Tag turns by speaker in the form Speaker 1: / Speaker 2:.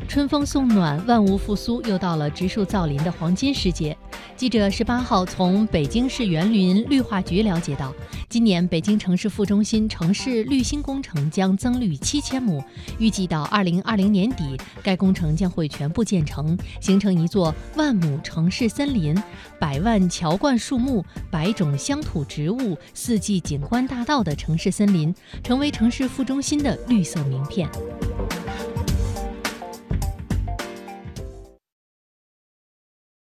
Speaker 1: 春风送暖，万物复苏，又到了植树造林的黄金时节。记者18号从北京市园林绿化局了解到，今年北京城市副中心城市绿心工程将增绿7000亩，预计到2020年底，该工程将会全部建成，形成一座万亩城市森林、100万乔灌树木、100种乡土植物、4季景观大道的城市森林，成为城市副中心的绿色名片。